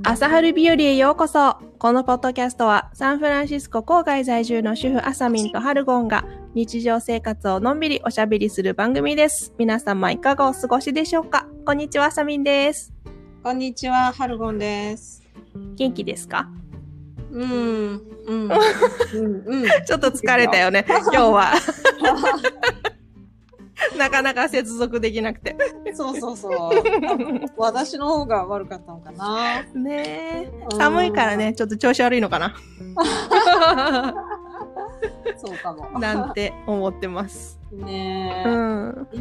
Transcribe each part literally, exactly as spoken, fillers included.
朝春日和へようこそ。このポッドキャストはサンフランシスコ郊外在住の主婦あさみんとハルゴンが日常生活をのんびりおしゃべりする番組です。皆様いかがお過ごしでしょうか。こんにちは、あさみんです。 こんにちは、ハルゴンです。 元気ですか？ うん、うん、うん、うん。 ちょっと疲れたよね、今日は。なかなか接続できなくて。 そうそうそう。私の方が悪かったのかな。 ねえ。寒いからね、ちょっと調子悪いのかな。 そうかも。 なんて思ってます。 ねえ。うん。うん。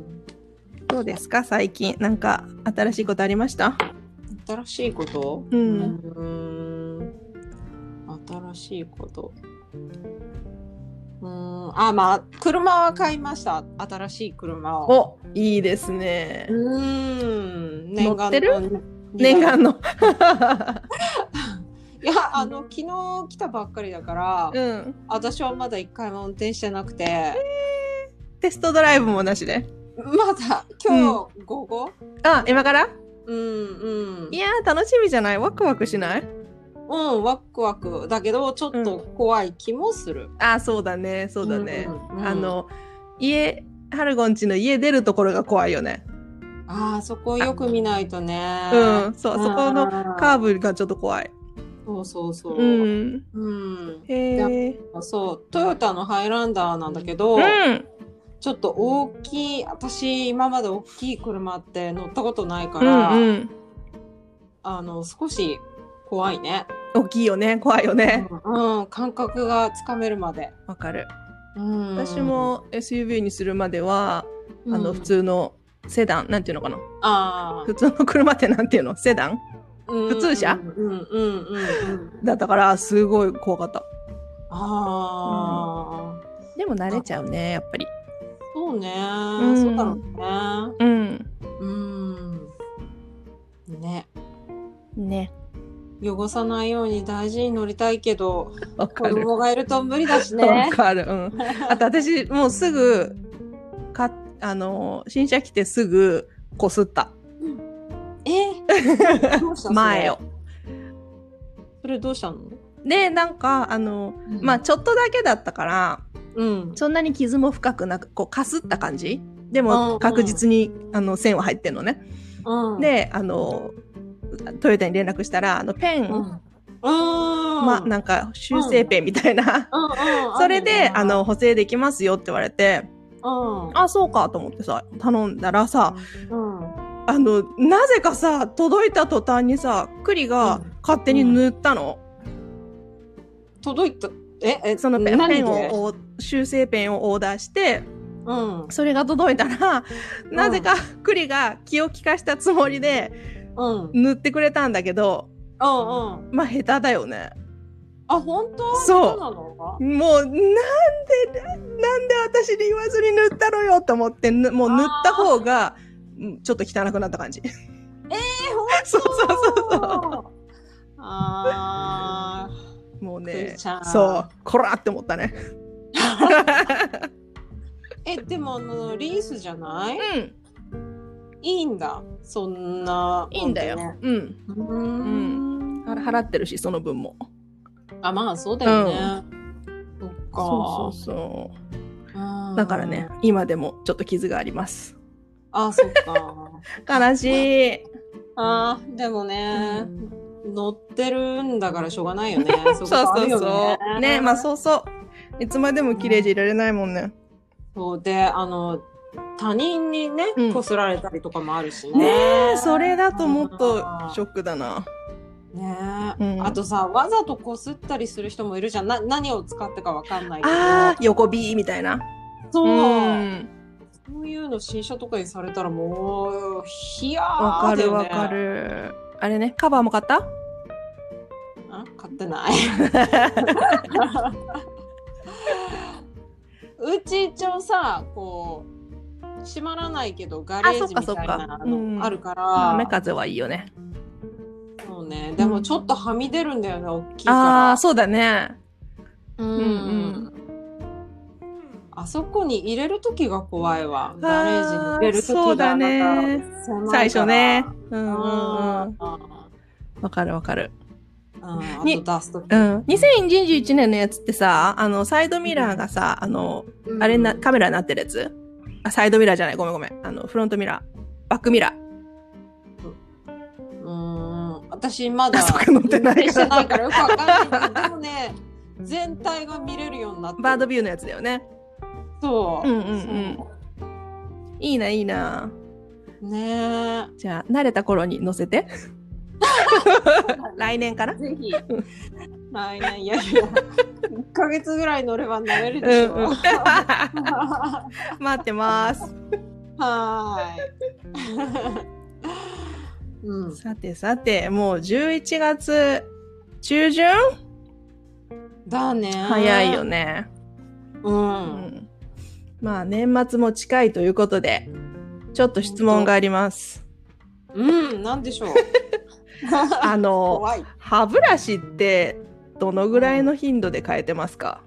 どうですか最近？なんか新しいことありました？ 新しいこと？ うん。 うーん。新しいこと。うーんあ、まあ、車は買いました。新しい車を。 お、いいですね。 うーん。 乗ってる？念願の。 いや、あの、昨日来たばっかりだから、うん、私はまだ一回も運転してなくて。えー、テストドライブもなしで？ まだ、今日、午後、 うん、あ、今から？ うんうん。 いやー、楽しみじゃない？ワクワクしない？ うん、ワクワクだけどちょっと怖い気もする、 うん、あ、そうだねそうだね、 うんうん、 あの家ハルゴン家の家出るところが怖いよね。 あー、そこよく見ないとね。 うん、そう、そこのカーブがちょっと怖い。 そうそうそう、 うんうん、 へえ。 そうトヨタのハイランダーなんだけど、 うん、 ちょっと大きい、私今まで大きい車って乗ったことないから、うんうん、あの少し怖いね。 大きいよね、怖いよね、 うんうん、感覚がつかめるまで。 わかる、 うん、 私も エスユーブイ にするまでは、うん、あの普通のセダンなんていうのかな、あ、普通の車ってなんていうの、セダン、うん、普通車、うんうんうんうん、だったからすごい怖かった。あ、うん、でも慣れちゃうね、やっぱり。 そうね、うん、そうだろうね。 うんうんねね、 汚さないように大事に乗りたいけど、子供がいると無理だしね。 わかる、うん、あと私もうすぐかあの新車来てすぐこすった、 うん、えどうした前を。 それどうしたの？ でなんかあの、うん、まあちょっとだけだったから、うん、そんなに傷も深くなくこうかすった感じでも確実に、うんうん、あの線は入ってんのね、うん、であのトヨタに連絡したらあのペン、うん、まなんか修正ペンみたいな、うん、それであの補正できますよって言われて、うん、あそうかと思ってさ頼んだらさ、うん、あのなぜかさ届いた途端にさ栗が勝手に塗ったの、 うん、届いたええそのペン、ペンを修正ペンをオーダーして、うん、それが届いたら、うん、なぜか栗が気を利かしたつもりで、うん、塗ってくれたんだけど、うんうん、まあ下手だよね。 あ、本当？ そうなの？もうなんでなんで私に言わずに塗ったのよと思って、もう塗った方がちょっと汚くなった感じ。 えー、ほんと？ そうそうそうそう。 あーもうね、そうこらって思ったね。 えでもあのリースじゃない？ うん。 いいんだ、そんな、 ね、いいんだよ。うん。うん。払ってるしその分も。 あ、まあそうだよね。うん、そっか。 そうそうそう。だからね、今でもちょっと傷があります。 あ、そっか。 悲しい。 あ、でもね、うん、乗ってるんだからしょうがないよね。 そうそうそう。ね、まあそうそう。いつまでも綺麗でいられないもんね。 そうで、あの。他人にね、こすられたりとかもあるしね。 ねえ、それだともっとショックだな。 ねえ、うん、あとさ、わざとこすったりする人もいるじゃん。な何を使ってかわかんないけど。 ああ、横 B みたいな。 そう、うん。そういうの新車とかにされたらもうヒヤーだよね。 わかるわかる。あれね、カバーも買った？ あ、買ってない。うち一応さ、こう閉まらないけどガレージみたいなのあるから、 雨風はいいよね。 そうね。でもちょっとはみ出るんだよね、大きいから。 ああ、そうだね。 うんうん。あそこに入れるときが怖いわ。ガレージに入れるときがまた狭いから。 そうだね。最初ね。うんうんうん。 わかるわかる。 うん、あとダスト。 うん。にせんにじゅういちねんのやつってさ、あの、サイドミラーがさ、あの、うん、あれな、カメラになってるやつあ、サイドミラーじゃない。ごめんごめん。あの、フロントミラー。バックミラー。うん。私まだ、 そこ乗ってないから。ないからよくわかんないけど、でもね、全体が見れるようになってる。 バードビューのやつだよね。 そう。 うんうんうん。いいな、いいな。 ねえ。 じゃあ、慣れた頃に乗せて。来年かなぜひ。来年、いやいや、いっかげつぐらい乗れば乗れるでしょ。うんうん、 待ってます。 はーい、うん。さてさて、もうじゅういちがつ中旬だね。 早いよね。 うん。うん、 まあ、年末も近いということで、ちょっと質問があります。 うん、なんでしょう。 あの歯ブラシってどのぐらいの頻度で変えてますか？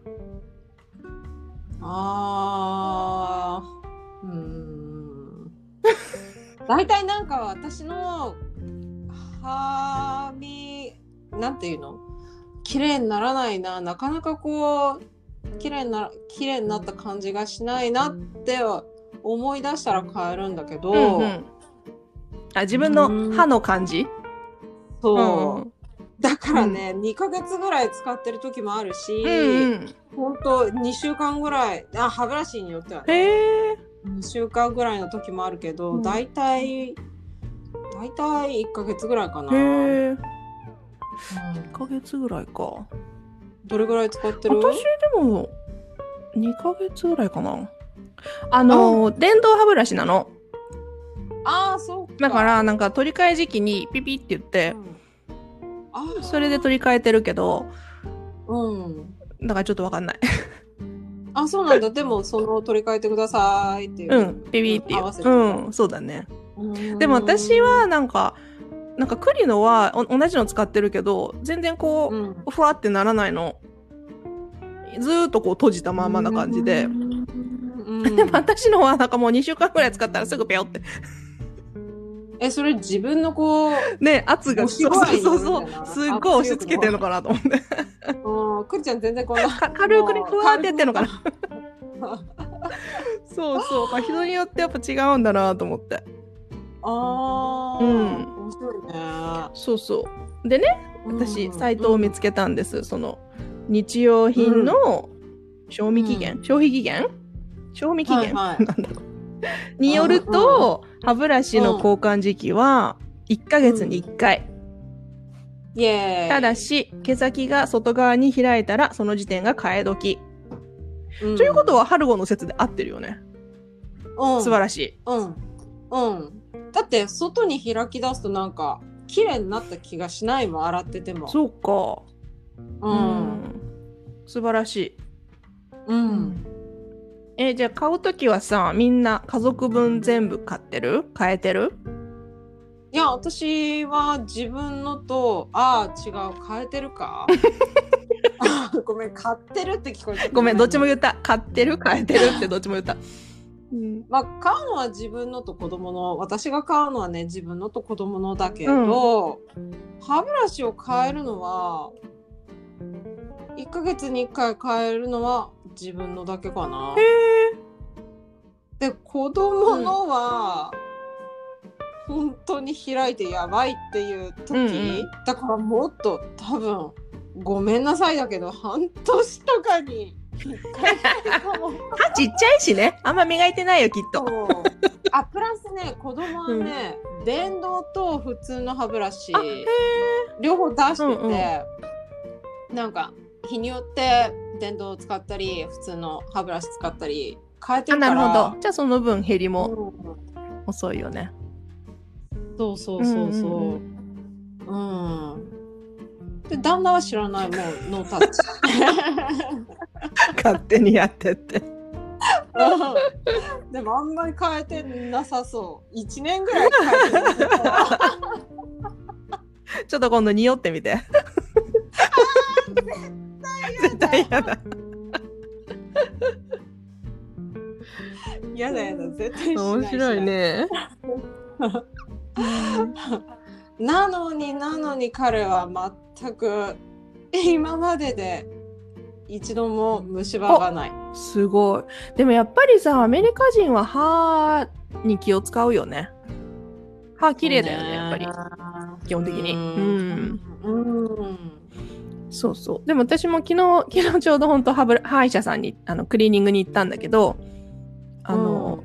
あー、うーん。だいたいなんか私の歯みなんていうの綺麗にならないな、なかなかこう綺麗にな綺麗になった感じがしないなって思い出したら変えるんだけど、うんうん、 あ、自分の歯の感じ？ そう、うん、だからね、うん、にかげつぐらい使ってる時もあるし、うんうん、ほんとにしゅうかんぐらい、あ、歯ブラシによってはね、 へー、 にしゅうかんぐらいの時もあるけど、うん、だいたいだいたいいっかげつぐらいかな。 へー、うん、いっかげつぐらいか。 どれぐらい使ってる？ 私でもにかげつぐらいかな。あの電動歯ブラシなの。 ああ、そうか。 だからなんか取り替え時期にピピって言って、うん、それで取り替えてるけど、うん、だからちょっとわかんない。 あ、そうなんだ。でもその取り替えてくださいっていう、 うん、ピピって言う、合わせて、うん、そうだね。でも私はなんかなんかクリノは同じの使ってるけど全然こう、うん、ふわってならないの。ずーっとこう閉じたままな感じで、うん、でも私のはなんかもうにしゅうかんくらい使ったらすぐペヨって。 え、それ自分のこうね、圧がそうそうそうそう、すっごい押し付けてるのかなと思って。 うん、くりちゃん全然こんな軽くね、ふわってやってるのかな。そうそう、人によってやっぱ違うんだなと思って。 あー、うん、面白いね。 そうそう。でね、私サイトを見つけたんです。その日用品の賞味期限、うん、消費期限、賞味期限、はいはい、なんだろう。によると、うん、歯ブラシの交換時期はいっかげつにいっかい、 うん、イエーイ。 ただし毛先が外側に開いたらその時点が替え時、うん、ということはハルゴの説で合ってるよね、うん、素晴らしい。 うん、うん、だって外に開き出すとなんか綺麗になった気がしないもん、洗ってても。 そうか、うん、うん、素晴らしい。 うん、 え、じゃあ買うときはさ、みんな家族分全部買ってる？買えてる？ いや、私は自分のと、ああ、違う、買えてるか。ごめん、買ってるって聞こえて。 ごめん、どっちも言った。買ってる？買えてるってどっちも言った。 うん、まあ、買うのは自分のと子供の、私が買うのはね、自分のと子供のだけど、うん、歯ブラシを変えるのは、いっかげつにいっかい変えるのは自分のだけかな。 へー。で、子供のは、うん、本当に開いてやばいっていう時、うんうん、だからもっと多分ごめんなさいだけど半年とかにいっかいかも。 歯ちっちゃいしね、あんま磨いてないよきっと。 あ、プラスね、子供はね、うん、電動と普通の歯ブラシ両方出してて、うんうん、なんか日によって電動を使ったり普通の歯ブラシ使ったり変えてるから。 なるほど。じゃあその分減りも遅いよね。 そうそうそうそう。うん、うん。で旦那は知らない、もうノータッチ。 勝手にやってって。 でもあんまり変えてなさそう。いちねんぐらい変えてなさそう。 ちょっと今度匂ってみて。絶対嫌だ。 嫌だ嫌だ、絶対しない。 面白いね。 なのになのに彼は全く今までで一度も虫歯がない。 すごい。でもやっぱりさ、アメリカ人は歯に気を使うよね。歯綺麗だよね、やっぱり。基本的に。うん。うん。そうそう。でも私も昨日、昨日ちょうど本当歯ブラ歯医者さんにあのクリーニングに行ったんだけど、あの、うん、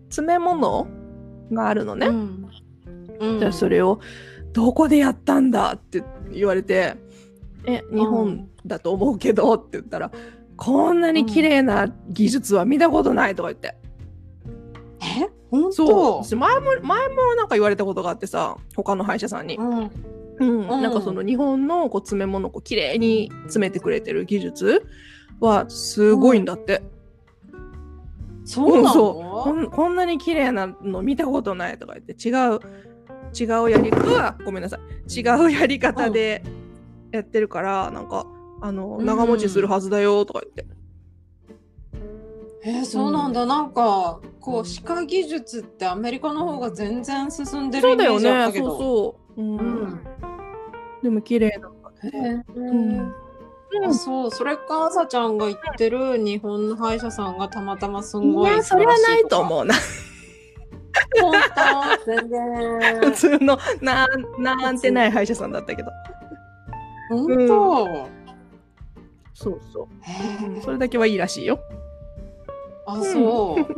詰め物があるのね。うんうん、じゃあそれをどこでやったんだって言われて、え、日本だと思うけどって言ったら、こんなに綺麗な技術は見たことないとか言って。 え、本当？ そう。前も、前もなんか言われたことがあってさ、他の歯医者さんに。うんうんうん、なんかその日本のこう詰め物をこう綺麗に詰めてくれてる技術はすごいんだって。 うん、そうなの？うん、そうこん、こんなに綺麗なの見たことないとか言って違う違うやり方ごめんなさい違うやり方でやってるから、うん、なんかあの長持ちするはずだよとか言って。 うん、えー、そうなんだ、うん、なんかこう歯科技術ってアメリカの方が全然進んでるイメージだったけど。 そうだよね。そうそう。うんうんでも綺麗だったね。 うんうん、そう、それか朝ちゃんが言ってる日本の歯医者さんがたまたますごい。 いや、それはないと思うな。 本当全然。 普通のなんなんてない歯医者さんだったけど。 本当、うん。 そうそう。それだけはいいらしいよ。 あ、そう。うん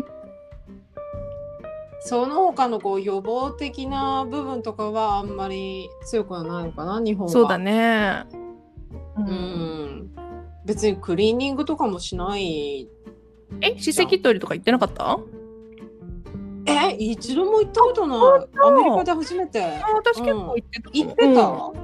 その他のこう予防的な部分とかはあんまり強くはないのかな、日本は。 そうだね。 うん。うん、別にクリーニングとかもしない。 え、歯石取りとか言ってなかった？ え、一度も行ったことない。アメリカで初めて。 あ、私結構行ってた。 うん、行ってた？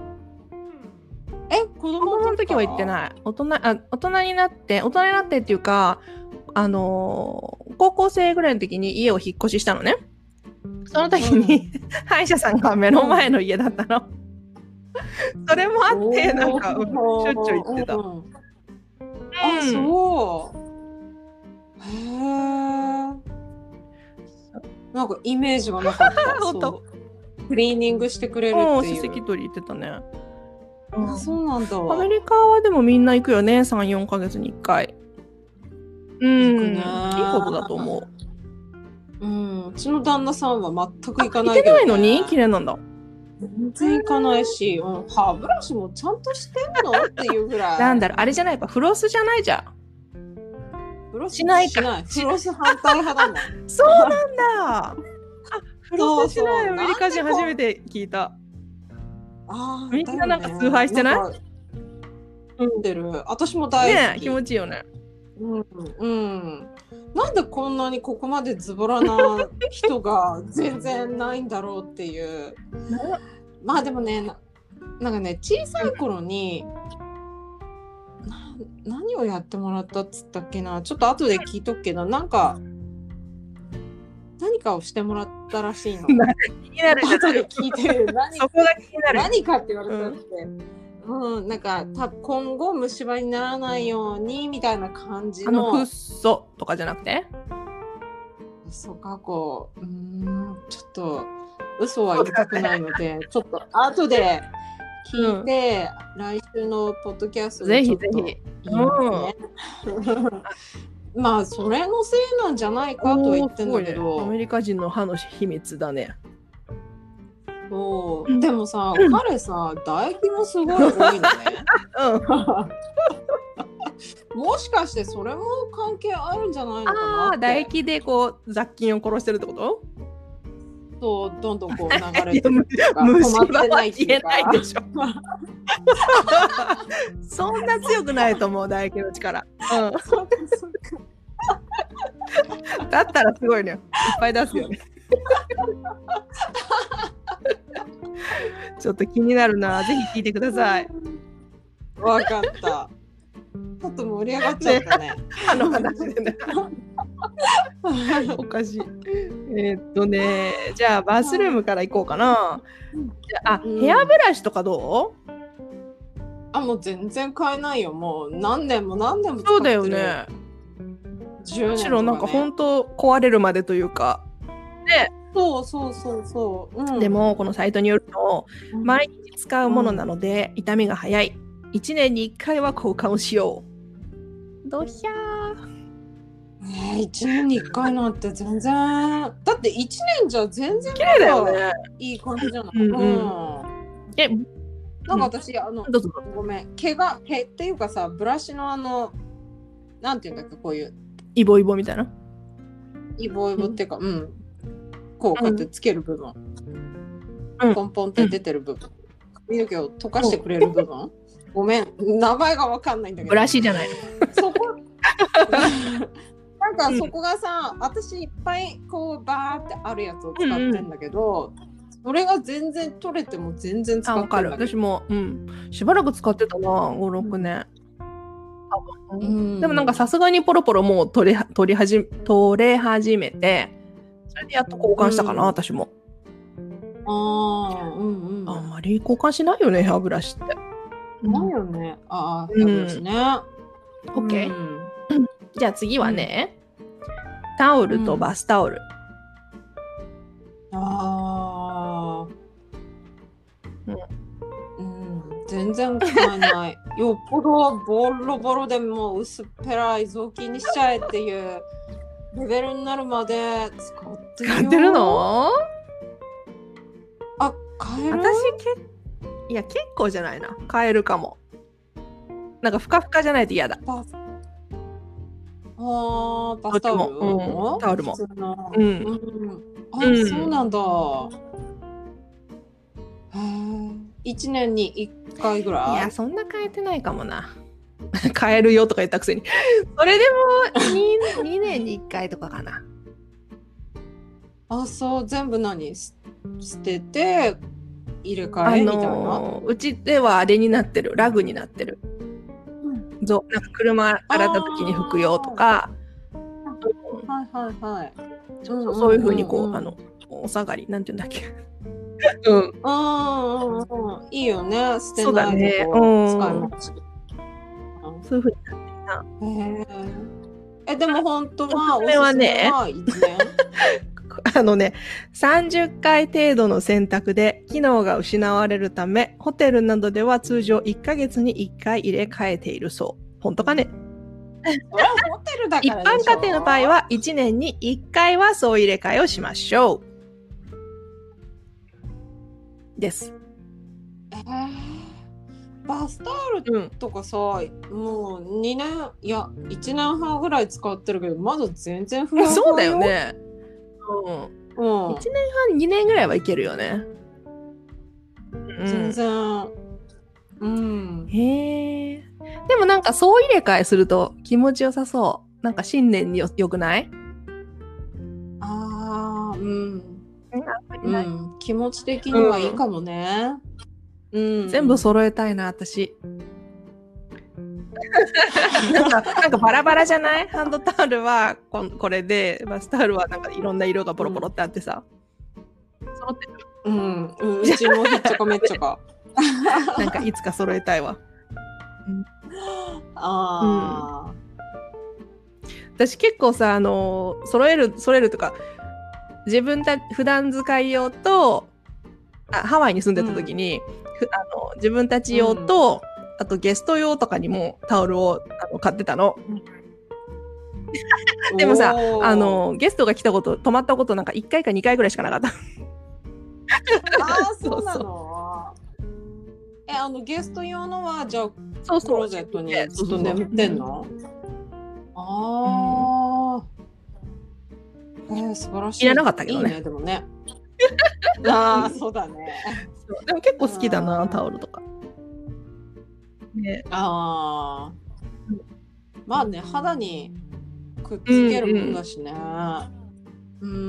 うん、え、子供の時は行ってない。大人、あ、大人になって、大人になってっていうか、あのー、高校生ぐらいの時に家を引っ越ししたのね。その時に、うん、歯医者さんが目の前の家だったの。それもあって、なんか、しょっちゅう行ってた。うん、 あ、そう。へー。なんかイメージがなかった。そうクリーニングしてくれるっていう。 歯石取り行ってたね。 あ、そうなんだ。 アメリカはでもみんな行くよね、さん、よんかげつにいっかい。うん、いいことだと思う。 うん、うちの旦那さんは全く行かないけど、ね。行ってないのに綺麗なんだ。 全然行かないし、うん、歯ブラシもちゃんとしてんのっていうぐらい。 なんだろう、あれじゃないか、フロスじゃないじゃん。 フロスしないか。フロス反対派だもん。 そうなんだ。あ、フロスしないアメリカ人初めて聞いた。 ああ、 みんななんか崇拝してない？ うんでる。私も大好き。 ね、気持ちいいよね。 うんうん。なんでこんなにここまでズボラな人が全然ないんだろうっていう。まあでもね な, なんかね小さい頃にな何をやってもらったっつったっけな、ちょっと後で聞いとくけど、なんか何かをしてもらったらしいの。気になるじゃない。後で聞いて何そこが気になる。 何かって言われたって。うんうん、なんかた今後虫歯にならないようにみたいな感じの。 あのフッ素とかじゃなくて？ そうか、こう、うーん、ちょっと嘘は言いたくないので、ちょっと後で聞いて、うん、来週のポッドキャストでちょっと言いますね。うん、まあそれのせいなんじゃないかとは言ってんだけど、 ね、アメリカ人の歯の秘密だね。 そうでもさ、うん、彼さ唾液もすごい多いのね。うん、もしかしてそれも関係あるんじゃないのかなって。 唾液でこう雑菌を殺してるってこと？ そう、どんどんこう流れてるっていうか止まってないっていうか。 ないでしょ。そんな強くないと思う、唾液の力。うん、そうかそうか。だったらすごいね、いっぱい出すよね。ちょっと気になるな、ぜひ聞いてください。 わかった。ちょっと盛り上がっちゃったね。 あの話でね。おかしい。えー、っとね、じゃあバスルームから行こうかな。じゃあ、うん、ヘアブラシとかどう？ あ、もう全然買えないよ。もう何年も何年も使ってる。 そうだよね。 じゅうねんとかね。 むしろなんか本当壊れるまでというか。で、 そうそうそうそう、 うん、でもこのサイトによると、うん、毎日使うものなので、うん、傷みが早い。いちねんにいっかいは交換をしよう。どひゃー。えー、いちねんにいっかいなんて全然だっていちねんじゃ全然綺麗だよね。 いい感じじゃない。うん、うん、えなんか私、うん、あのごめん毛が毛っていうかさブラシのあのなんていうんだっけこういうイボイボみたいなイボイボっていうか、うん、うん、こうこうやってつける部分、うん、ポンポンって出てる部分、髪の毛を溶かしてくれる部分、ごめん名前がわかんないんだけどブラシじゃないのそこなんかそこがさ、うん、私いっぱいこうバーってあるやつを使ってんだけど、うんうん、それが全然取れても全然使ってんだけど。あ、わかる。 私も、うん、しばらく使ってたなごろくねん、うんうん、でもなんかさすがにポロポロもう取れ取りはじ取れ始めてそれでやっと交換したかな、うん、私も。 あ、うんうん、 あんまり交換しないよねヘアブラシって。 ないよね。ああ、ヘアブラシね。 オッケー。じゃあ次はね、うん、タオルとバスタオル。 うん、ああ、うんうん、全然使えない。よっぽどボロボロでもう薄っぺらい雑巾にしちゃえっていうレベルになるまで使ってるよ。 使ってるの？ あ、買える？ 私けいや結構じゃないな。買えるかも。なんかふかふかじゃないと嫌だ。 バスあバスタオルも、うん、タオルも。 うん。うん、あ、うん、そうなんだ。へえ。いちねんにいっかいぐらい？ いやそんな買えてないかもな。買えるよとか言ったくせに。それでも 2, にねんにいっかいとかかな。 あ、そう全部何捨てて入れ替え、あのー、みたいな。 うちではあれになってるラグになってる。ぞなんか車洗った時に拭くよとか、 はいはいはい、 そう、そういう風にこう、うんうん、あのお下がりなんて言うんだっけ、 うん、ああいいよね捨てないでこう使います。 そういう風になってるな。 へえ。えでも本当はおすすめはね、あのねさんじゅっかい程度の洗濯で機能が失われるためホテルなどでは通常いっかげつにいっかい入れ替えているそう。本当かね？ ホテルだから一般家庭の場合はいちねんにいっかいはそう入れ替えをしましょうです。 えー、バスタオルとかさ、うん、もうにねんいやいちねんはんぐらい使ってるけどまだ全然不安。 そうだよね。うん、うん、いちねんはんにねんぐらいはいけるよね、 うん、全然。うん、 へえ。でもなんか総入れ替えすると気持ちよさそう。なんか新年に よ, よくない？ ああ、うん、うん、気持ち的にはいいかもね、 うんうん、全部揃えたいな私。なんかなんかバラバラじゃない？ハンドタオルは こ, これでバスタオルはなんかいろんな色がポロポロってあってさ、 うん、揃ってる。うん、うん、うちもひっちゃかめっちゃか。 なんかいつか揃えたいわ。うん、 ああ、うん、 私結構さあの揃える揃えるとか自分た普段使い用とあハワイに住んでた時に、うん、あの自分たち用と、うん、あとゲスト用とかにもタオルをあの買ってたの。でもさあのゲストが来たこと泊まったことなんかいっかいかにかいぐらいしかなかった。 ああそうなの。えあのゲスト用のはじゃあそうそうクローゼットにずっと眠ってんの？ああ、うん、えー、素晴らしい。 いらなかったけどね。 いいねでもね。ああそうだね。 そうでも結構好きだなタオルとか。ね、 ああ、まあね肌にくっつけるもんだしね。うん、うん、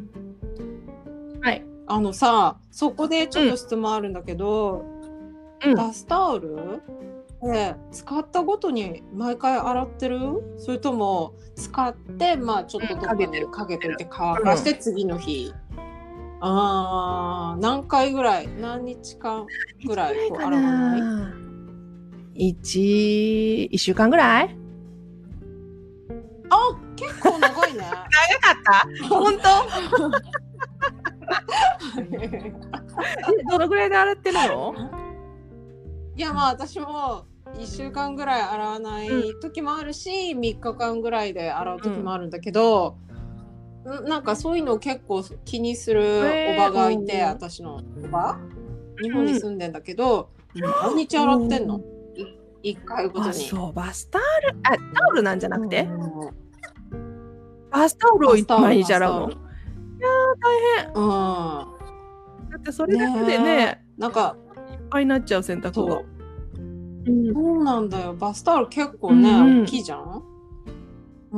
はい。 あのさそこでちょっと質問あるんだけど、うん、バスタオルで使ったごとに毎回洗ってる？それとも使ってまあちょっとどっかにかけといて乾かして次の日、うん、あ何回ぐらい何日間ぐらいこう洗わない？ いち、いっしゅうかんぐらい？ あ結構長いね。 長かった？本当？ どのぐらいで洗ってるの？ いやまあ私もいっしゅうかんぐらい洗わない時もあるし、うん、みっかかんぐらいで洗う時もあるんだけど、うん、なんかそういうのを結構気にするおばがいて、えー、私のおば日本に住んでんだけど、うん、毎日洗ってんの、いっかいごとに。あ、 そうバスタオル、あタオルなんじゃなくて、うん、バスタオルを毎日洗うの？いやー大変、うん、だってそれだけで ね, ねなんかいっぱいになっちゃう洗濯が。そう、 うん、そうなんだよ。バスタオル結構ね、うんうん、大きいじゃん。うん、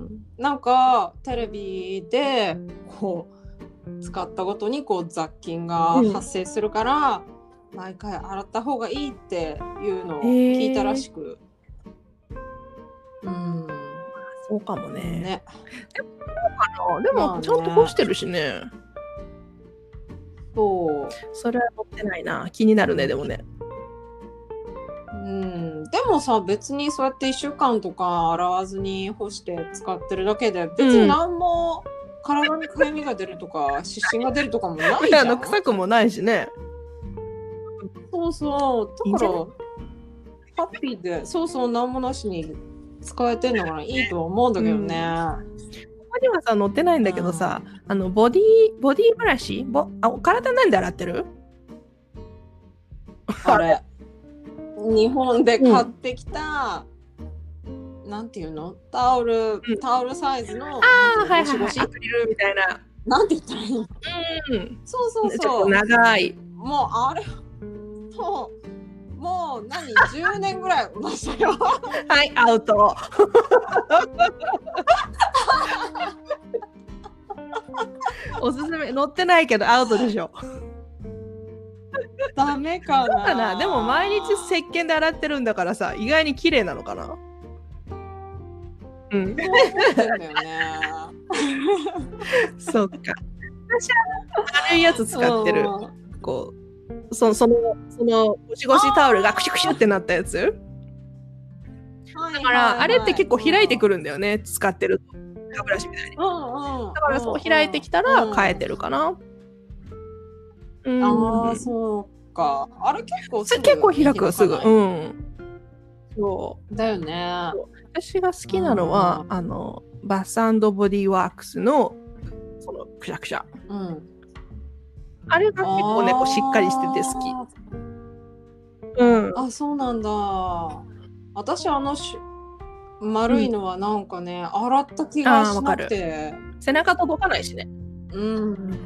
なんかテレビでこう使ったごとにこう雑菌が発生するから、うん、毎回洗った方がいいっていうのを聞いたらしく、 えー、うんそうかもね。ねでもそうかな、でもちゃんと干してるしね。まあね、 そうそれは持ってないな、気になるね。でもね、 うん、でもさ別にそうやっていっしゅうかんとか洗わずに干して使ってるだけで別に何も体にかゆみが出るとか湿疹が出るとかもないじゃん。 あの臭くもないしね。 そうそうだからハッピーでそうそう何もなしに使えてんのからいいとは思うんだけどね。 ここにはさ載ってないんだけどさ、うん、あのボディボディブラシボあ体なんで洗ってる？ あれ日本で買ってきた、うん、なんていうのタオル、うん、タオルサイズのゴシゴシアクリルみたいな、なんて言ったらいいの、うん、そうそうそう、 ちょっと長い、 もうあれもうもう何じゅうねんぐらいましたよ。 はいアウト。おすすめ載ってないけどアウトでしょ。 ダメかな。 そうかな。でも毎日石鹸で洗ってるんだからさ、意外に綺麗なのかな。うん。そうだよね。そっか。私は軽いやつ使ってる。こうそそのそのゴシゴシタオルがクシュクシュってなったやつ。だから、あれって結構開いてくるんだよね。使ってる歯ブラシみたいに。うんうん、だからそう開いてきたら変えてるかな。 うん、ああそうか。あれ結構すぐ結構開くすぐ。うん。そうだよね。 私が好きなのはあのバス&ボディワークスのそのくしゃくしゃ。うん。あれが結構ねこうしっかりしてて好き。うん。あそうなんだ。私あのし丸いのはなんかね、うん、洗った気がしなくて。 背中届かないしね。 うん。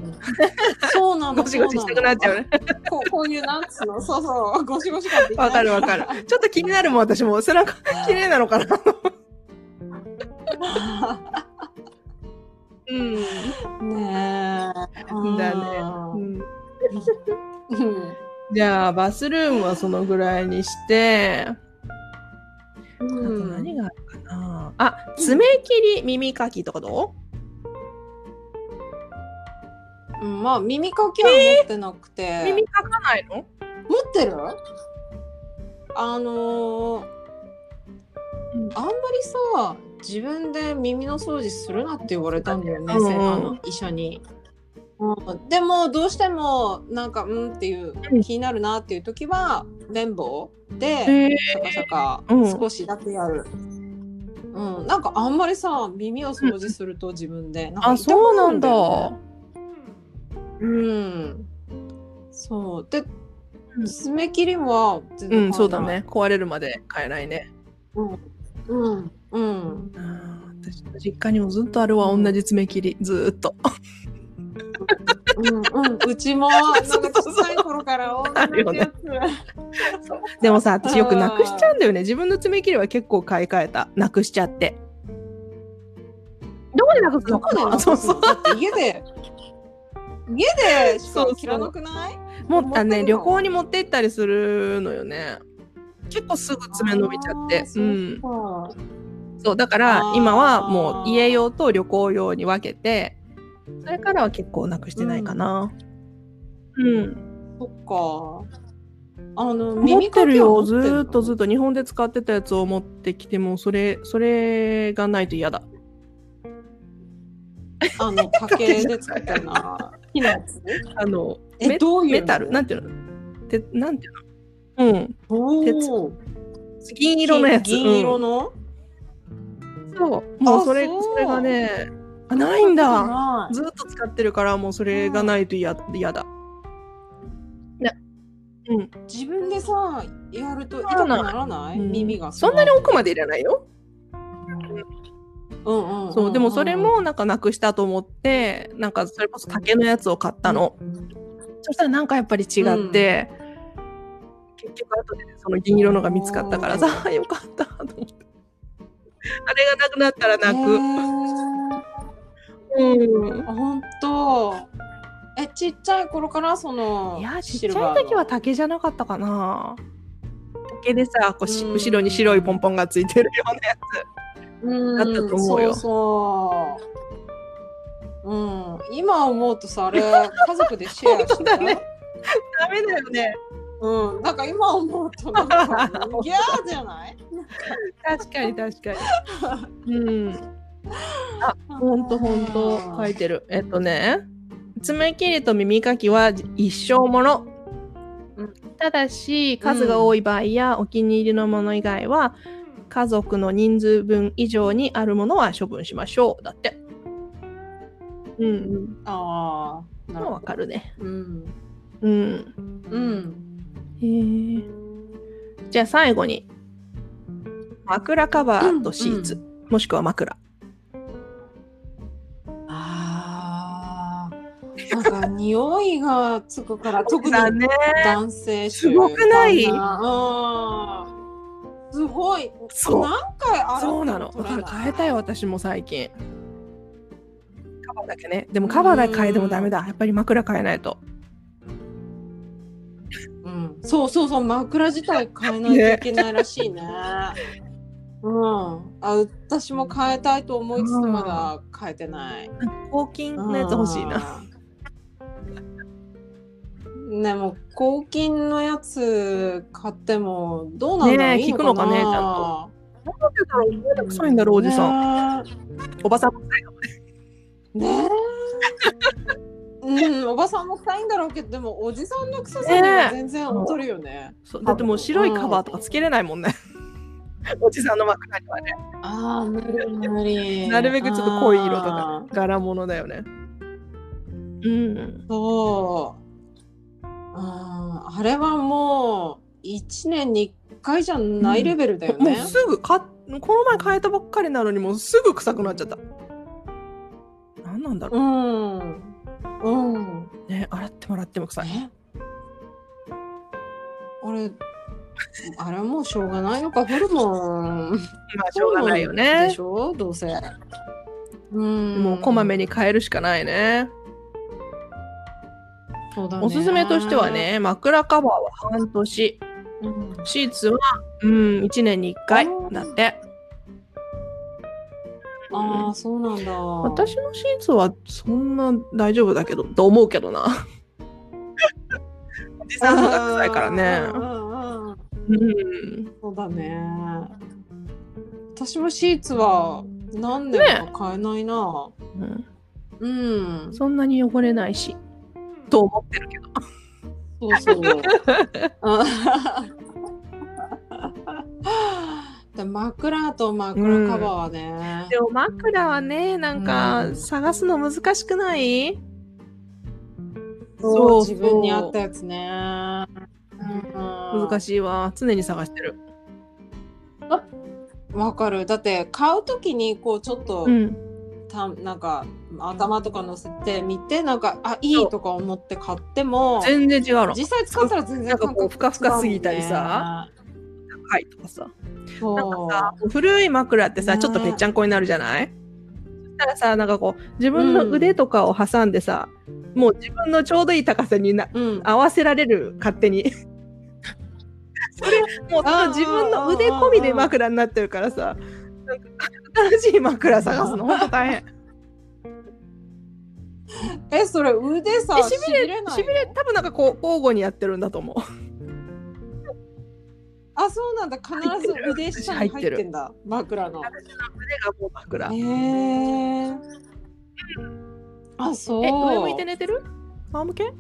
そうなの。 ゴシゴシしたくなっちゃうね。 こうこういうなんつうの、そうそうゴシゴシ感できない。 わかるわかる。ちょっと気になるもん私も背中綺麗なのかな。うん。 ねえ。 だね。うん。じゃあバスルームはそのぐらいにして。あと何があるかな。あ、爪切り耳かきとかどう？うん、まあ耳かきは持ってなくて、えー、耳かかないの？ 持ってる？あのーうん、あんまりさ自分で耳の掃除するなって言われたんだよね、うん、あの医者に、うん、でもどうしてもなんかうんっていう気になるなっていう時は綿棒でシャカシャカ少しだけやる、うんうん、なんかあんまりさ耳を掃除すると自分でなんか痛くなるんだよね。うん、そうで爪切りは全然、うん、そうだね壊れるまで買えないね。 うんうんうん。 私の実家にもずっとあるわ、うん、同じ爪切りずーっと。 うんうん、うちもなんか小さい頃から同じやつ。 でもさ私よくなくしちゃうんだよね。自分の爪切りは結構買い替えた。なくしちゃって。どこでなくすのかな。 そうそう。だって家で家でしか切らなくない？ そうそうもうあね旅行に持って行ったりするのよね。結構すぐ爪伸びちゃって。うん。そうだから今はもう家用と旅行用に分けて。それからは結構なくしてないかな。うん。うん、 そっか。あの耳かきは持ってるよ。ずーっとずっと日本で使ってたやつを持ってきてもそれそれがないと嫌だ。 あの竹で作ったな。 きなやつあのえメどういうのメタルなんていうのてなんていうのうん鉄銀色のやつ銀色の、 うん、そうもうそれそれがねあないんだずっと使ってるからもうそれがないと嫌だ、ねうん、 自分でさやると痛くならない、うん、耳がそんなに奥まで入れないよ、 うんうんうんうん、 そうでもそれもなんかなくしたと思ってなんかそれこそ竹のやつを買ったの、うん、そしたらなんかやっぱり違って、うん、結局後でその銀色のが見つかったからさよかったと思ってあれがなくなったら泣く、 うん、本当えちっちゃい頃からそのいやちっちゃい時は竹じゃなかったかな竹でさこうし、うん、後ろに白いポンポンがついてるようなやつうんだったと思うよ。そうそう、うん、今思うとさあれ家族でシェアしてた本当だねダメだよねうん、なんか今思うとなんかギャーじゃない確かに確かにうんあほんとほんと書いてるえっとね爪切りと耳かきは一生もの、うん、ただし数が多い場合や、うん、お気に入りのもの以外は家族の人数分以上にあるものは処分しましょうだってうんうんああもうわかるねうんうんうんへーじゃあ最後に枕カバーとシーツ、うんうん、もしくは枕あーなんか匂いがつくから特に男性すごくないあすごいそう何回洗ってもそうなのだから変えたよ私も最近カバーだけねでもカバーだけ変えてもダメだやっぱり枕変えないとうん、そうそうそう枕自体変えないといけないらしいね。ねうん、あ私も変えたいと思いつつまだ変えてない。 抗菌のやつ欲しいな。 ねもう抗菌のやつ買ってもどうなんだろう、 ね、いいのかな、効くのかねちゃんと。なんでだろうめんどくさいんだろうおじさん。ね、おばさんも臭いかもね。 ねうん、おばさんも臭いんだろうけどでもおじさんの臭さには全然劣るよね。 そうだってもう白いカバーとかつけれないもんね。おじさんの枕にはね。 ああ無理無理。 なるべくちょっと濃い色とか柄物だよね。うん。 そう。ああれはもういちねんにいっかいじゃないレベルだよね。 うん、もうすぐかこの前変えたばっかりなのにもうすぐ臭くなっちゃった。なんなんだろう。 うん。うん。 ね洗ってもらっても臭い。 あれあれはもうしょうがないのかホルモン。 まあしょうがないよね。 でしょどうせ。 うん。もうこまめに変えるしかないね。 そうだね。 おすすめとしてはね枕カバーは半年、うん、シーツはうんいちねんにいっかいだって。 ああそうなんだ。 私のシーツはそんな大丈夫だけどと思うけどな。おじさんのが臭いからね。 うん、そうだね。私もシーツは何年か買えないな。ね、うん、うん。 そんなに汚れないしと思ってるけど。 そうそう。枕と枕カバーはね、 うん、でも枕はねなんか探すの難しくない？うん、 そう自分に合ったやつね、 うん、難しいわ常に探してる。 わかる。だって買うときにこうちょっと、うん、たなんか頭とか乗せてみてなんかあいいとか思って買っても全然違うの。 実際使ったら全然感覚ふかふかすぎたりさ高いとかさなんかさ古い枕ってさ、ね、ちょっとぺっちゃんこになるじゃない？そしたらさなんかこう自分の腕とかを挟んでさ、うん、もう自分のちょうどいい高さにな、うん、合わせられる勝手にそれもうその自分の腕込みで枕になってるからさなんか新しい枕探すのほんと大変。 えそれ腕さしびれないしびれ多分なんかこう交互にやってるんだと思う。 あそうなんだ必ず腕下に入ってんだ枕の。 私の腕がもう枕。 へえー。あそう。 え上向いて寝てる？ 仰向け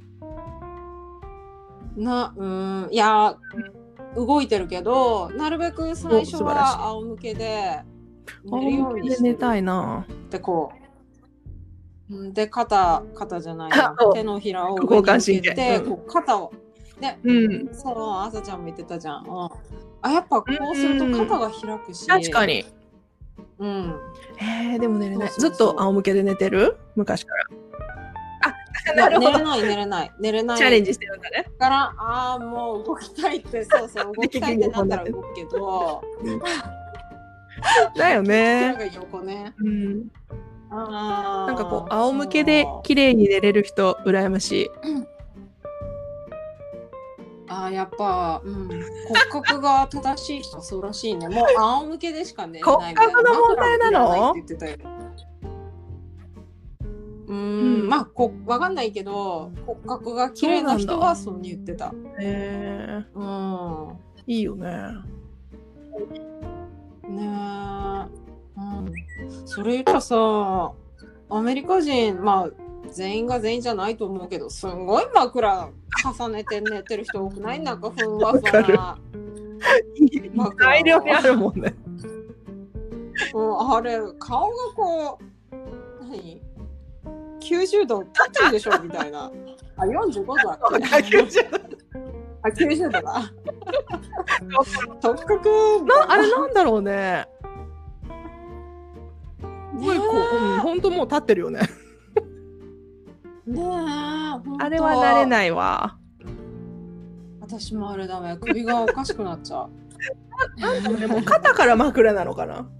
な、うん、いや、動いてるけど、なるべく最初は仰向けで寝るようにしてる。 寝たいな。 で、こう。で、肩、肩じゃないな。手のひらを上に向けて、こう肩を。で、うん、そう、朝ちゃんも言ってたじゃん。うん、あ、やっぱこうすると肩が開くし。 確かに。うん。えー、でも寝れない。ずっと仰向けで寝てる？昔から。 あ、なるほど。寝れない、寝れない、寝れない。 チャレンジしてるんだね。 だから、ああ、もう動きたいって、そうそう、動きたいってなったら動くけど。 だよね。 横ね。 うん。あなんかこう仰向けで綺麗に寝れる人羨ましい。 あ、やっぱ、うん、骨格が正しい人そうらしいね。もう仰向けでしか寝れないみたいな。 骨格の問題なの？ うん、まあこわかんないけど骨格が綺麗な人はそうに言ってた。 へえ。うん。いいよね。 ねえ。うん。それ言ったらさ、アメリカ人、まあ全員が全員じゃないと思うけど、すんごい枕重ねて寝てる人多くない？なんかふんわふわな枕。大量にあるもんね。 うん、あれ顔がこう何？きゅうじゅうど立ってるでしょみたいな。あ、よんじゅうごどだっけ？きゅうじゅうど。あ、きゅうじゅうどだ。特格な、あれなんだろうね。すごいこう、うん、ほんともう立ってるよね。 ねえ、あれは慣れないわ。 私もあれだめ、首がおかしくなっちゃう。 なんでも肩から枕なのかな。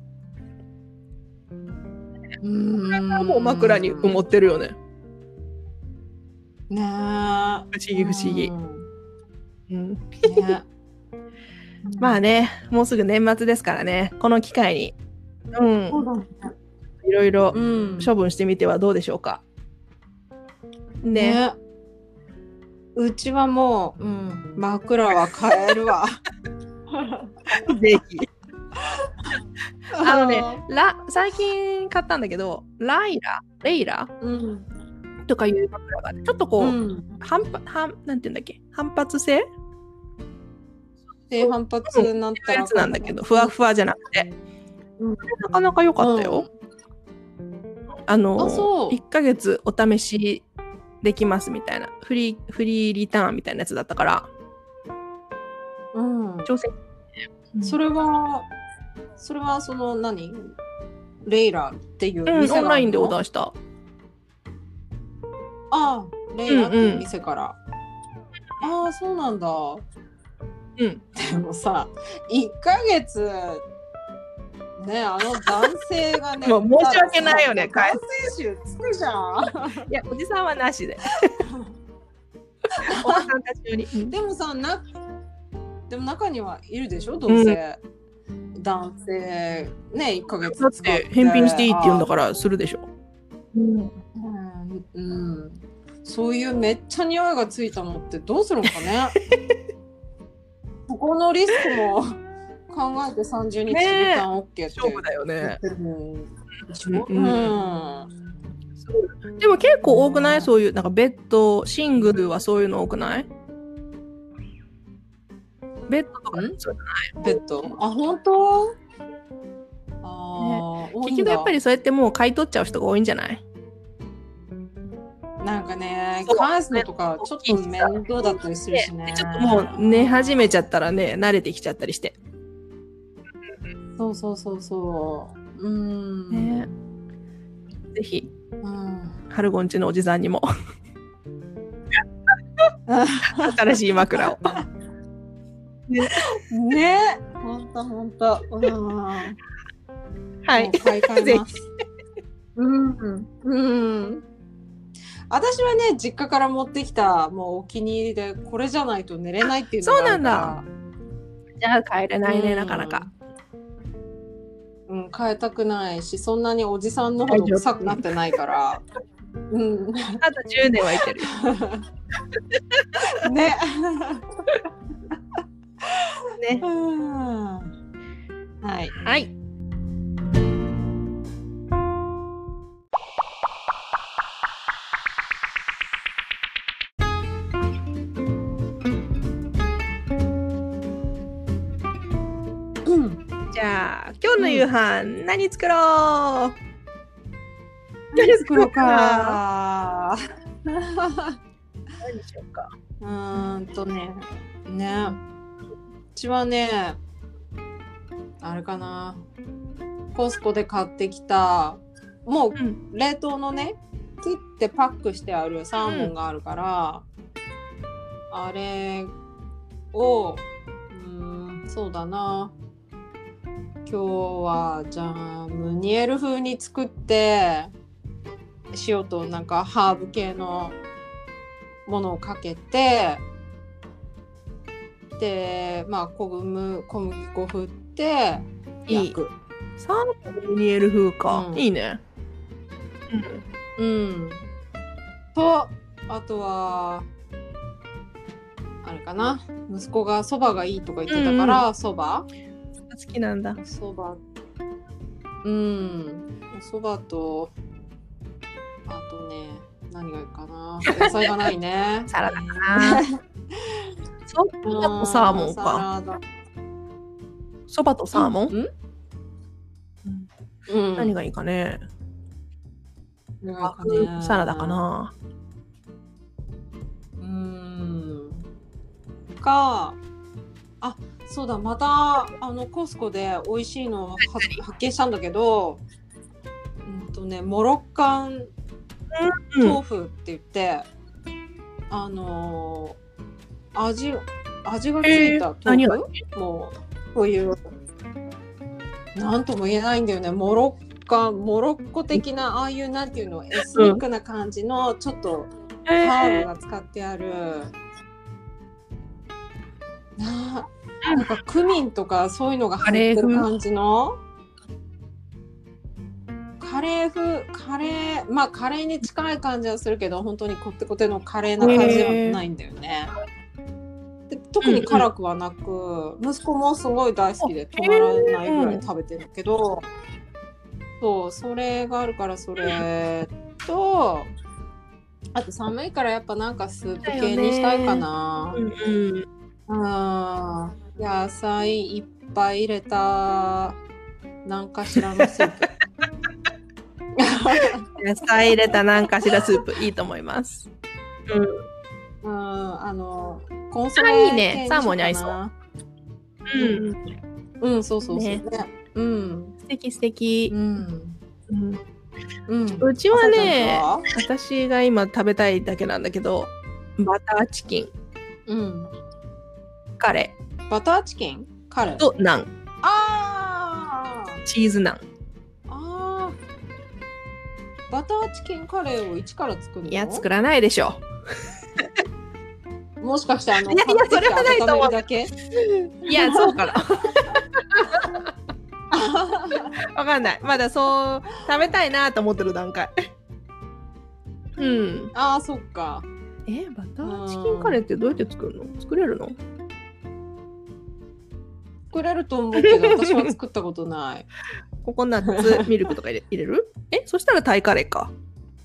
うーん、 もう枕に埋もってるよね。 ねえ、不思議不思議。うん。 ね、 まあね、もうすぐ年末ですからね、この機会に、うん、いろいろ処分してみてはどうでしょうか。ね。ね、 うちはもう、うん、枕は変えるわ。 ぜひ。あのね、ラ最近買ったんだけど、ライラ、レイラ、うん、とかいう枕が、ね、ちょっとこう、うん、反反なんていうんだっけ、反発性？ 低反発なんたらやつなんだけど、ふわふわじゃなくて、うん、なかなか良かったよ。うん、あのあいっかげつお試しできますみたいな、フリーフリーリターンみたいなやつだったから、 うん、 挑戦。 それはそれはその何レイラっていう店が、 うん、オンラインでオーダーした。 ああ、レイラっていう店から、うんうん、ああ、そうなんだ。うん、でもさ、いっかげつね、あの男性がね、 もう申し訳ないよね、 感染臭つくじゃん。 いや、おじさんはなしで。おじさんたちより。 でもさ、なでも中にはいるでしょ、どうせ。うん、男性ね、いっかげつ使ってだって返品していいって言うんだからするでしょ。 うん、うんうん、そういうめっちゃ匂いがついたのってどうするのかね。ここのリスクも考えてさんじゅうにちリターン OK って、ね、 勝負だよね。 うん、 うん、でも結構多くない？そういうなんかベッドシングルはそういうの多くない？ベッドとかそうじゃない？ ベッド？あ、本当？あ、 ね、結局やっぱりそうやってもう買い取っちゃう人が多いんじゃない？ なんかね、返すのとかちょっと面倒だったりするしね。 ちょっともう寝始めちゃったらね、慣れてきちゃったりして。 そうそうそうそう。うん。ね、 ぜひ、うん、ハルゴンチのおじさんにも新しい枕を。 ね、ね、ほんとほんと。 はい。 買い替えます。うんうん。私はね、実家から持ってきたもうお気に入りで、これじゃないと寝れないっていうのがあるから。そうなんだ。 じゃあ帰れないね、うん、なかなか。 うん、変えたくないし、そんなにおじさんのほど臭くなってないから。うん。 あとじゅうねんはいける。 ね。 ね。 はい。 はい。 ゃあ、今日の夕飯、うん、何作ろう何作ろうか何しようか。 うーんとね、ね。うちはね、あれかな。コスコで買ってきた、もう冷凍のね、切ってパックしてあるサーモンがあるから、うん、あれを、うーん、そうだな。今日はじゃあムニエル風に作って、塩となんかハーブ系のものをかけて、で、まあ小麦小麦粉振って焼く。いいサーモンムニエル風か、うん、いいね。 うん。うん。とあとはあれかな。息子がそばがいいとか言ってたからそば。 好きなんだ。 そば。うん。そばとあとね。何がいいかな。野菜がないね。 サラダかな。そばとサーモンか。そばとサーモン、うんうん、何がいいかね。 かねサラダかな。 うーん。か。あ、そうだ。またあのコスコで美味しいのを発見したんだけど、うんとね、モロッカン豆腐って言って、うん、あのー、味味がついた豆腐、えー、もうこういうなんとも言えないんだよね。モロッカモロッコ的なああいうなんていうのエスニックな感じのちょっとハーブが使ってある、えー、な, なんかクミンとかそういうのが入ってる感じのカレー風カレーまあカレーに近い感じはするけど本当にコテコテのカレーな感じではないんだよね。で特に辛くはなく、うんうん、息子もすごい大好きで止まらないぐらい食べてるけど、そうそれがあるからそれとあと寒いからやっぱなんかスープ系にしたいかな、うんうん、あ野菜いっぱい入れた何かしらのスープ野菜入れた何かしらスープいいと思います。 うん、うんあのコンソメいいね。サーモンに合いそう。 うん、うん、そうそうそう、ねね、うん、 素敵素敵。 うんうんうん、うちはね、私が今食べたいだけなんだけど、バターチキン、 うん、 カレー、バターチキン、カレーとナン、 あー、 チーズナン。 あー、バターチキンカレーを一から作るの？ いや作らないでしょ。 もしかしてあのいやいやそれはないと思うだけいやそうかなわかんないまだそう食べたいなと思ってる段階うんあーそっかえバターチキンカレーってどうやって作るの？作れるの？ 作れると思うけど私は作ったことないココナッツミルクとか入れ、入れる？えそしたらタイカレーか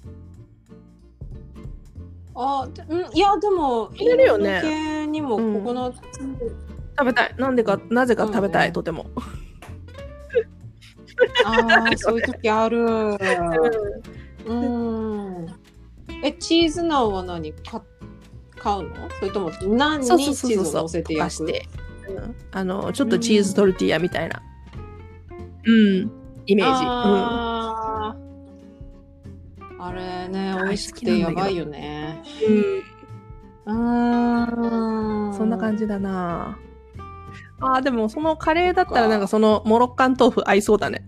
あんいやでも入れるよね。 系にもココナッツ、うん、 食べたいなんでかなぜか食べたい、うん、とてもああそういう時あるうんえチーズナンは何か買うの？それとも何にチーズを乗せて焼く？ あのちょっとチーズトルティーヤみたいなうん、うん、イメージあ、うん、あれね美味しくてやばいよねうん、 そんな感じだなあーでもそのカレーだったらなんかそのモロッカン豆腐合いそうだね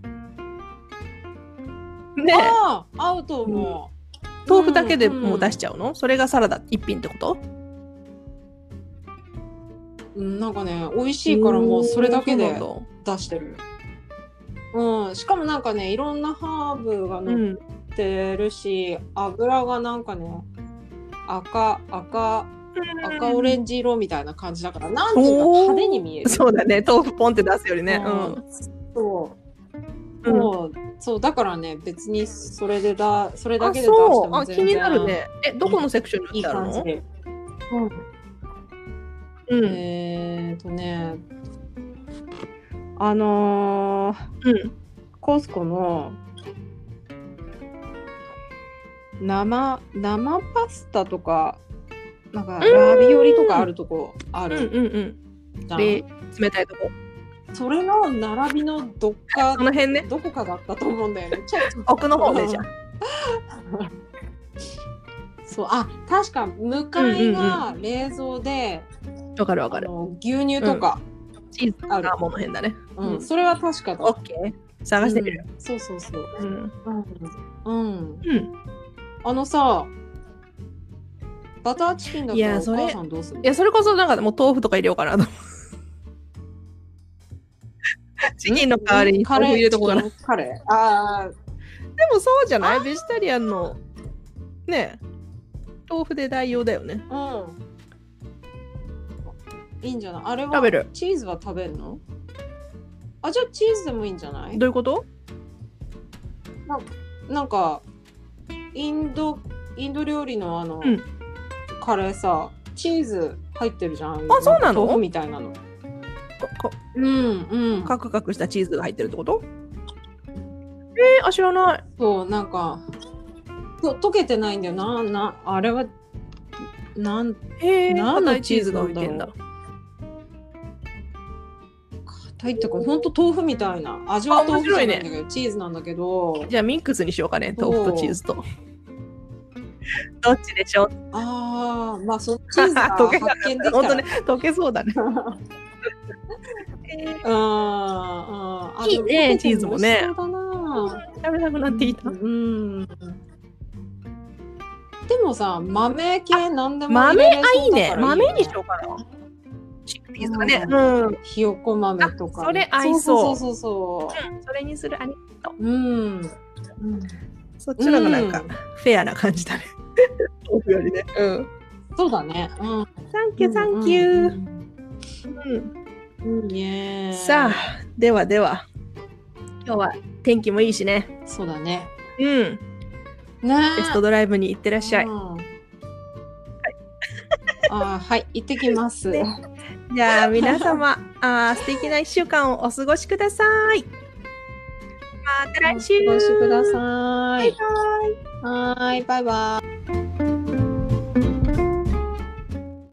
ねあ合うと思う、うん、豆腐だけでもう出しちゃうの、うん、それがサラダ一品ってこと？ うん、なんかね美味しいからもうそれだけで出してるうん、しかもなんかねいろんなハーブが乗ってるし、うん、油がなんかね赤赤赤オレンジ色みたいな感じだからなんていうか派手に見えるそうだね豆腐ポンって出すよりね、うん、 そうもう、うん、そうだからね別にそれでだそれだけで出しても全然あ気になるねえどこのセクションにいい感じでうん、 えーとねあのー、うん、コスコの生生パスタとかなんかラビオリとかあるとこある。 うんうんうん。で冷たいとこ。 それの並びのどっかその辺ね。 どこかだったと思うんだよね。ちょっと奥の方でじゃん。 そうあ確か向かいが冷蔵で。 わかるわかる。 牛乳とか、 うん、チーズあるもの辺だね。 うん、うん、それは確かだ。 オッケー。探してみる、 うん。そうそうそう。うん。うん。 うん。うん、 あのさ。バターチキンだったらお母さんどうするの？ いやそれこそなんかもう豆腐とか入れようかなと。チキンの代わりに豆腐入れとこうかな。 カレー。ああ。でもそうじゃない？ベジタリアンのね豆腐で代用だよね。 うん。いいんじゃない？あれは食べる。 チーズは食べるの？あじゃあチーズでもいいんじゃない？ どういうこと？ な、なんかインドインド料理のあの。うんカレーさチーズ入ってるじゃん。 あ、そうなの？ 豆腐みたいなの。 うんうん。カクカクしたチーズが入ってるってこと？えー、あ知らない。 そうなんかと溶けてないんだよな。なあれはなんえー、何のチーズが入ってんだ。 硬いってかほんと豆腐みたいな味は豆腐じゃないんだけど、ね、チーズなんだけど。 じゃあミックスにしようかね豆腐とチーズと。どっちでしょう。 ああ、まあそっちが発見できたら本当ね、溶けそうだね。 えー、ああ、いいね、チーズもね。食べたくなってきた。うん。でもさ、豆系なんでも入れれそうだからいいね。豆、豆にしようかな。チックピーとかね。うん。 ひよこ豆とか、 ね。それ合いそう。そうそうそうそう、 うん。それにするありがとう。 うん。うん、 そっちの方がなんかフェアな感じだね。豆腐よりね。うん。 そうだね。うん。 サンキューサンキュー。 うん。うん。 さあではでは今日は天気もいいしね。 そうだね。 うん。ね。テストドライブに行ってらっしゃい。はい。 あはい行ってきます。ね、 じゃあ皆様あ素敵な一週間をお過ごしください。また来週。 お過ごしください。 バイバイ。 はいバイバイ。